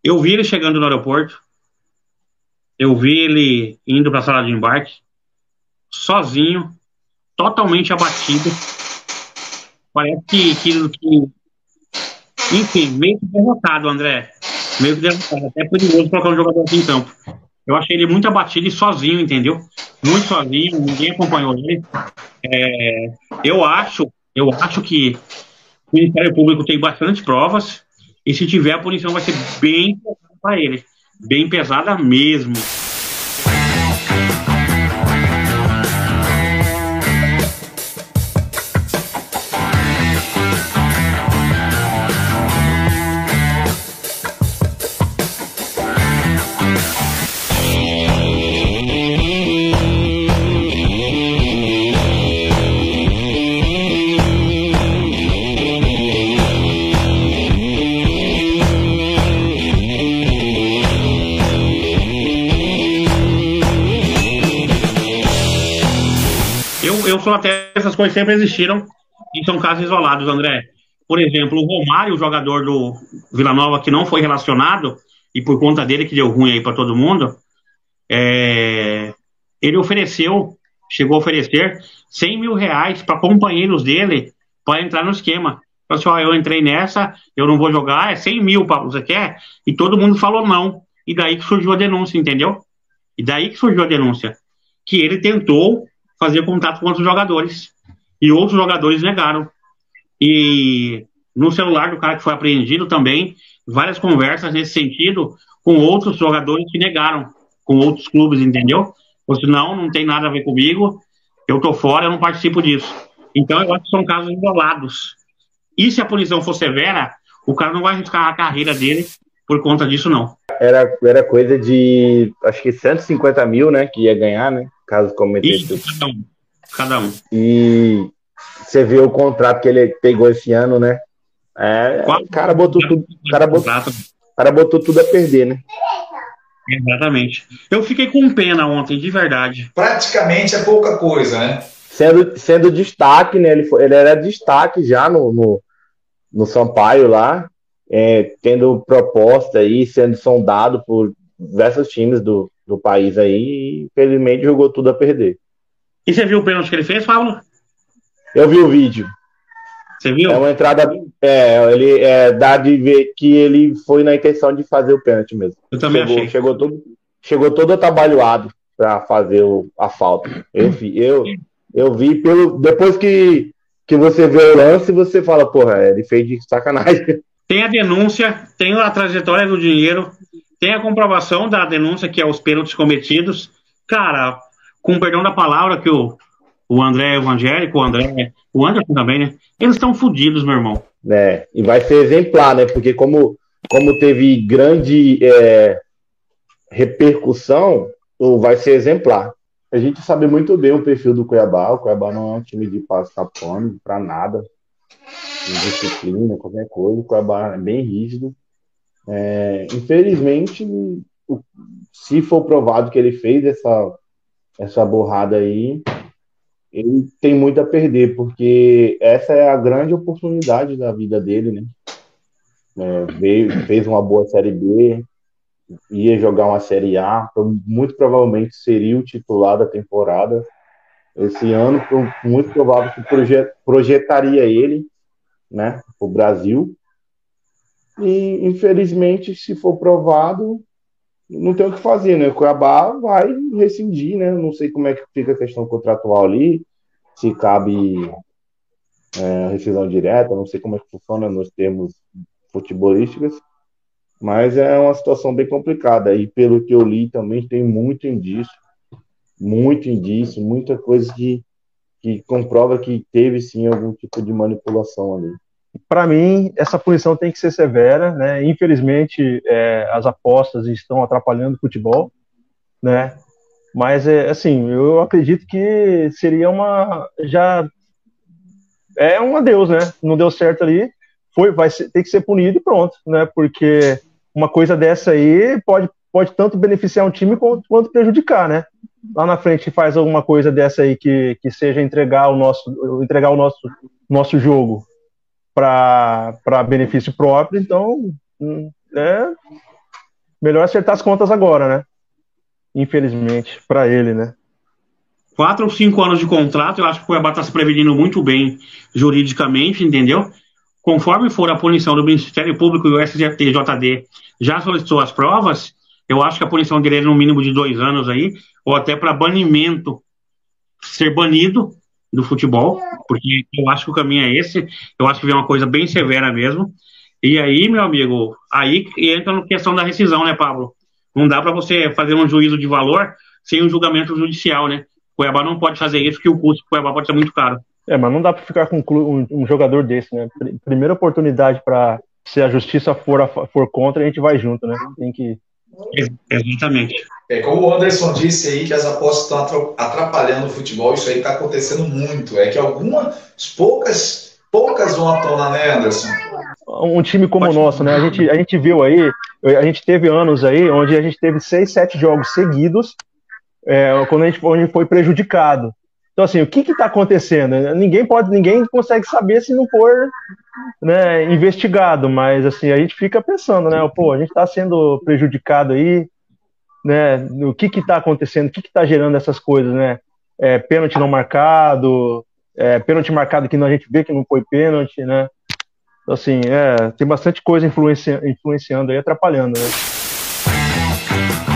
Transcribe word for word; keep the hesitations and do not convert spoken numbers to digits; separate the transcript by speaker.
Speaker 1: Eu vi ele chegando no aeroporto, eu vi ele indo para a sala de embarque, sozinho, totalmente abatido. Parece que, que, que, enfim, meio que derrotado, André. Meio que derrotado. Até é perigoso colocar um jogador assim em campo. Eu achei ele muito abatido e sozinho, entendeu? Muito sozinho, ninguém acompanhou ele. É, eu acho, eu acho que o Ministério Público tem bastante provas e se tiver, a punição vai ser bem pesada para ele. Bem pesada mesmo. Eu sou até, essas coisas sempre existiram e são casos isolados, André. Por exemplo, o Romário, o jogador do Vila Nova que não foi relacionado e por conta dele que deu ruim aí para todo mundo, é, ele ofereceu, chegou a oferecer cem mil reais para companheiros dele para entrar no esquema. Pessoal, eu entrei nessa, eu não vou jogar, é cem mil, você quer? E todo mundo falou não. E daí que surgiu a denúncia, entendeu? E daí que surgiu a denúncia. Que ele tentou fazer contato com outros jogadores. E outros jogadores negaram. E no celular do cara que foi apreendido também, várias conversas nesse sentido com outros jogadores que negaram, com outros clubes, entendeu? Ou senão, não tem nada a ver comigo, eu tô fora, eu não participo disso. Então, eu acho que são casos isolados. E se a punição for severa, o cara não vai arriscar a carreira dele por conta disso, não.
Speaker 2: Era, era coisa de, acho que cento e cinquenta mil, né, que ia ganhar, né, caso cometesse.
Speaker 1: Isso, cada um. Cada um.
Speaker 2: E você vê o contrato que ele pegou esse ano, né? É, o cara botou tudo, o cara botou, o cara botou tudo a perder, né?
Speaker 1: Exatamente. Eu fiquei com pena ontem, de verdade.
Speaker 3: Praticamente é pouca coisa, né?
Speaker 2: Sendo, sendo destaque, né? Ele, foi, ele era destaque já no, no, no Sampaio lá, é, tendo proposta aí, sendo sondado por diversos times do, do país aí, e infelizmente jogou tudo a perder.
Speaker 1: E você viu o pênalti que ele fez, Paulo?
Speaker 2: Eu vi o vídeo.
Speaker 1: Você viu?
Speaker 2: É uma entrada. É, ele é, dá de ver que ele foi na intenção de fazer o pênalti mesmo.
Speaker 1: Eu também
Speaker 2: chegou,
Speaker 1: achei.
Speaker 2: Chegou todo, chegou todo atabalhoado para fazer o, a falta. Eu, eu, eu vi pelo. Depois que, que você vê o lance, você fala, porra, ele fez de sacanagem.
Speaker 1: Tem a denúncia, tem a trajetória do dinheiro, tem a comprovação da denúncia, que é os pênaltis cometidos. Cara, com perdão da palavra, que o, o André é evangélico, o André, o Anderson também, né? Eles estão fodidos, meu irmão.
Speaker 2: É, e vai ser exemplar, né? Porque como, como teve grande é, repercussão, vai ser exemplar. A gente sabe muito bem o perfil do Cuiabá. O Cuiabá não é um time de passar fome pra nada. Disciplina, qualquer coisa. O Cuiabá é bem rígido. É, infelizmente, se for provado que ele fez essa, essa borrada aí, ele tem muito a perder, porque essa é a grande oportunidade da vida dele, né? É, veio, fez uma boa Série B, ia jogar uma Série A, muito provavelmente seria o titular da temporada. Esse ano, muito provável que projet, projetaria ele, né, para o Brasil. E, infelizmente, se for provado, não tem o que fazer, né? O Cuiabá vai rescindir, né? Não sei como é que fica a questão contratual ali, se cabe é, rescisão direta, não sei como é que funciona nos termos futebolísticos, mas é uma situação bem complicada. E pelo que eu li também tem muito indício, muito indício, muita coisa que, que comprova que teve sim algum tipo de manipulação ali.
Speaker 4: Para mim, essa punição tem que ser severa, né? Infelizmente, é, as apostas estão atrapalhando o futebol, né? Mas, é, assim, eu acredito que seria uma... já é um adeus, né? Não deu certo ali, foi, vai ser, tem que ser punido e pronto, né? Porque uma coisa dessa aí pode, pode tanto beneficiar um time quanto, quanto prejudicar, né? Lá na frente faz alguma coisa dessa aí que, que seja entregar o nosso, entregar o nosso, nosso jogo para benefício próprio, então é, melhor acertar as contas agora, né? Infelizmente, para ele, né?
Speaker 1: Quatro ou cinco anos de contrato, eu acho que o Cuiabá está se prevenindo muito bem juridicamente, entendeu? Conforme for a punição do Ministério Público e o S T J D já solicitou as provas, eu acho que a punição dele é no mínimo de dois anos aí, ou até para banimento, ser banido do futebol, porque eu acho que o caminho é esse, eu acho que vem uma coisa bem severa mesmo. E aí, meu amigo, aí entra na questão da rescisão, né, Pablo? Não dá para você fazer um juízo de valor sem um julgamento judicial, né? O Cuiabá não pode fazer isso, porque o custo do Cuiabá pode ser muito caro.
Speaker 4: É, mas não dá para ficar com um, um jogador desse, né? Primeira oportunidade para, se a justiça for, a, for contra, a gente vai junto, né? Tem que...
Speaker 1: Exatamente.
Speaker 3: É, como o Anderson disse aí, que as apostas estão atrapalhando o futebol, isso aí está acontecendo muito. É que algumas, poucas, poucas vão à tona, né, Anderson?
Speaker 4: Um time como o nosso, né? A gente, a gente viu aí, a gente teve anos aí, onde a gente teve seis, sete jogos seguidos, é, quando a gente, onde foi prejudicado. Então, assim, o que está acontecendo? Ninguém pode, ninguém consegue saber se não for, né, investigado, mas assim, a gente fica pensando, né? Pô, a gente está sendo prejudicado aí, né? O que está acontecendo? O que está gerando essas coisas, né? É, pênalti não marcado, é, pênalti marcado que a gente vê que não foi pênalti, né? Então, assim, é, tem bastante coisa influencia, influenciando aí, atrapalhando, né?